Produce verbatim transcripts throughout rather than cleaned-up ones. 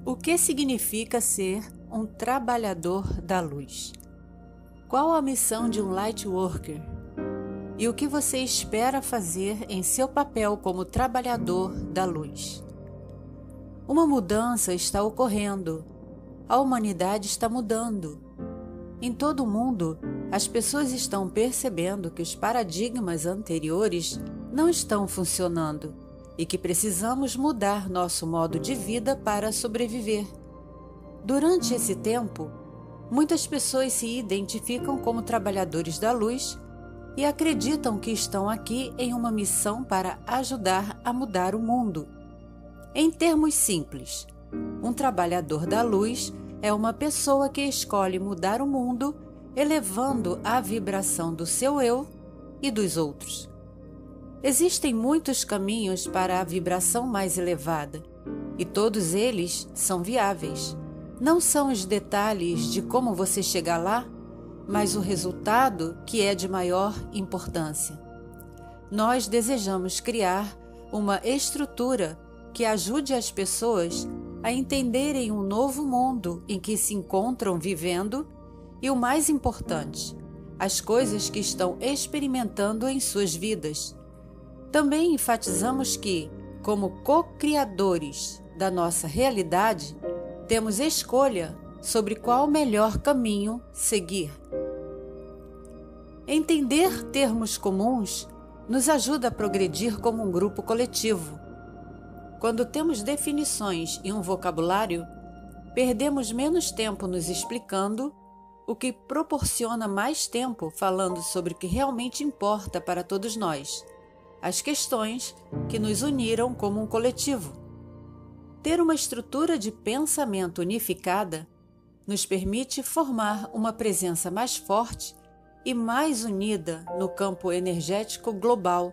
O que significa ser um trabalhador da luz? Qual a missão de um Lightworker? E o que você espera fazer em seu papel como trabalhador da luz? Uma mudança está ocorrendo. A humanidade está mudando. Em todo o mundo, as pessoas estão percebendo que os paradigmas anteriores não estão funcionando e que precisamos mudar nosso modo de vida para sobreviver. Durante esse tempo, muitas pessoas se identificam como trabalhadores da luz e acreditam que estão aqui em uma missão para ajudar a mudar o mundo. Em termos simples, um trabalhador da luz é uma pessoa que escolhe mudar o mundo, elevando a vibração do seu eu e dos outros. Existem muitos caminhos para a vibração mais elevada, e todos eles são viáveis. Não são os detalhes de como você chegar lá, mas o resultado que é de maior importância. Nós desejamos criar uma estrutura que ajude as pessoas a entenderem um novo mundo em que se encontram vivendo e, o mais importante, as coisas que estão experimentando em suas vidas. Também enfatizamos que, como co-criadores da nossa realidade, temos escolha sobre qual o melhor caminho seguir. Entender termos comuns nos ajuda a progredir como um grupo coletivo. Quando temos definições e um vocabulário, perdemos menos tempo nos explicando, o que proporciona mais tempo falando sobre o que realmente importa para todos nós, as questões que nos uniram como um coletivo. Ter uma estrutura de pensamento unificada nos permite formar uma presença mais forte e mais unida no campo energético global.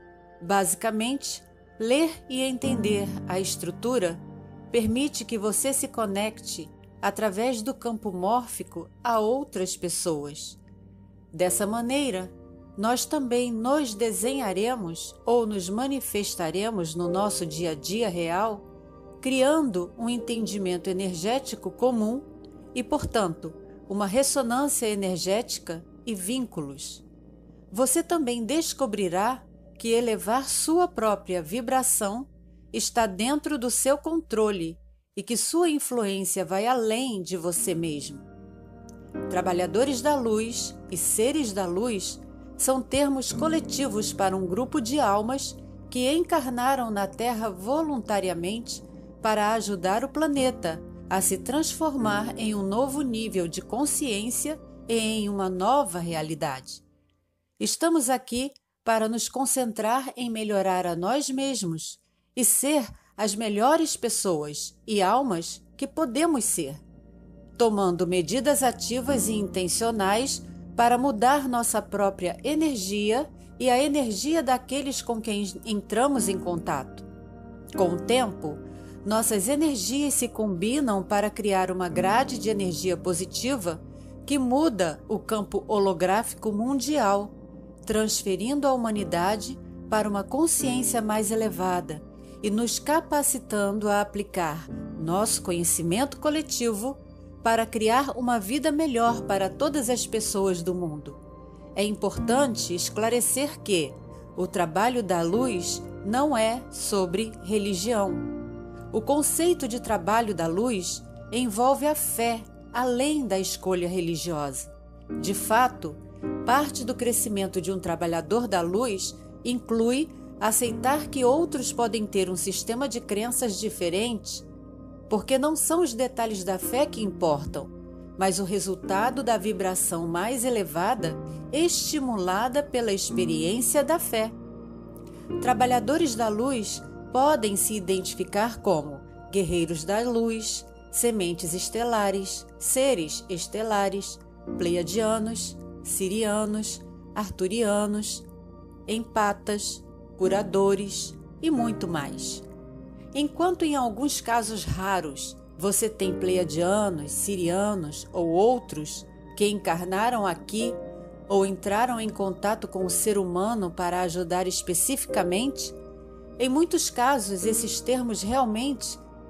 Basicamente, ler e entender a estrutura permite que você se conecte através do campo mórfico a outras pessoas. Dessa maneira, nós também nos desenharemos ou nos manifestaremos no nosso dia a dia real, criando um entendimento energético comum e, portanto, uma ressonância energética e vínculos. Você também descobrirá que elevar sua própria vibração está dentro do seu controle e que sua influência vai além de você mesmo. Trabalhadores da luz e seres da luz são termos coletivos para um grupo de almas que encarnaram na Terra voluntariamente para ajudar o planeta a se transformar em um novo nível de consciência e em uma nova realidade. Estamos aqui para nos concentrar em melhorar a nós mesmos e ser as melhores pessoas e almas que podemos ser, tomando medidas ativas e intencionais para mudar nossa própria energia e a energia daqueles com quem entramos em contato. Com o tempo, nossas energias se combinam para criar uma grade de energia positiva que muda o campo holográfico mundial, transferindo a humanidade para uma consciência mais elevada e nos capacitando a aplicar nosso conhecimento coletivo para criar uma vida melhor para todas as pessoas do mundo. É importante esclarecer que o trabalho da luz não é sobre religião. O conceito de trabalho da luz envolve a fé, além da escolha religiosa. De fato, parte do crescimento de um trabalhador da luz inclui aceitar que outros podem ter um sistema de crenças diferente, porque não são os detalhes da fé que importam, mas o resultado da vibração mais elevada estimulada pela experiência da fé. Trabalhadores da luz podem se identificar como guerreiros da luz, sementes estelares, seres estelares, pleiadianos, sirianos, arturianos, empatas, curadores e muito mais. Enquanto em alguns casos raros você tem pleiadianos, sirianos ou outros que encarnaram aqui ou entraram em contato com o ser humano para ajudar especificamente, em muitos casos esses termos realmente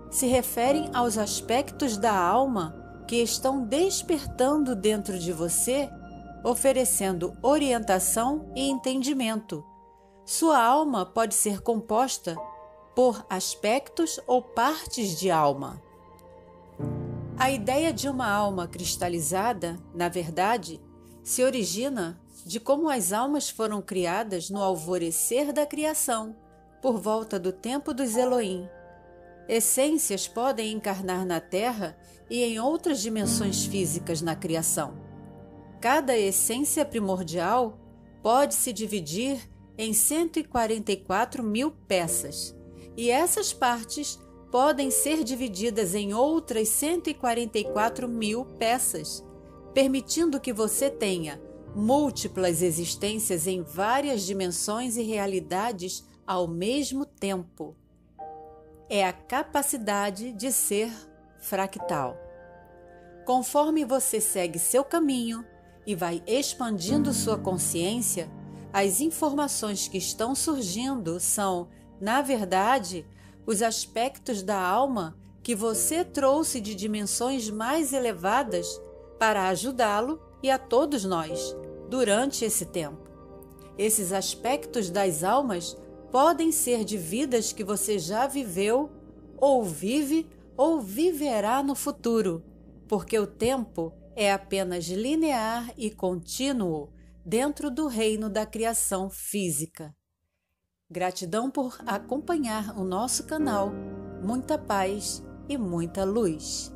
se referem aos aspectos da alma que estão despertando dentro de você, oferecendo orientação e entendimento. Sua alma pode ser composta por aspectos ou partes de alma. A ideia de uma alma cristalizada, na verdade, se origina de como as almas foram criadas no alvorecer da criação, por volta do tempo dos Elohim. Essências podem encarnar na Terra e em outras dimensões físicas na criação. Cada essência primordial pode se dividir em cento e quarenta e quatro mil peças, e essas partes podem ser divididas em outras cento e quarenta e quatro mil peças, permitindo que você tenha múltiplas existências em várias dimensões e realidades ao mesmo tempo. É a capacidade de ser fractal. Conforme você segue seu caminho e vai expandindo sua consciência, as informações que estão surgindo são, na verdade, os aspectos da alma que você trouxe de dimensões mais elevadas para ajudá-lo e a todos nós durante esse tempo. Esses aspectos das almas podem ser de vidas que você já viveu, ou vive, ou viverá no futuro, porque o tempo é apenas linear e contínuo dentro do reino da criação física. Gratidão por acompanhar o nosso canal. Muita paz e muita luz.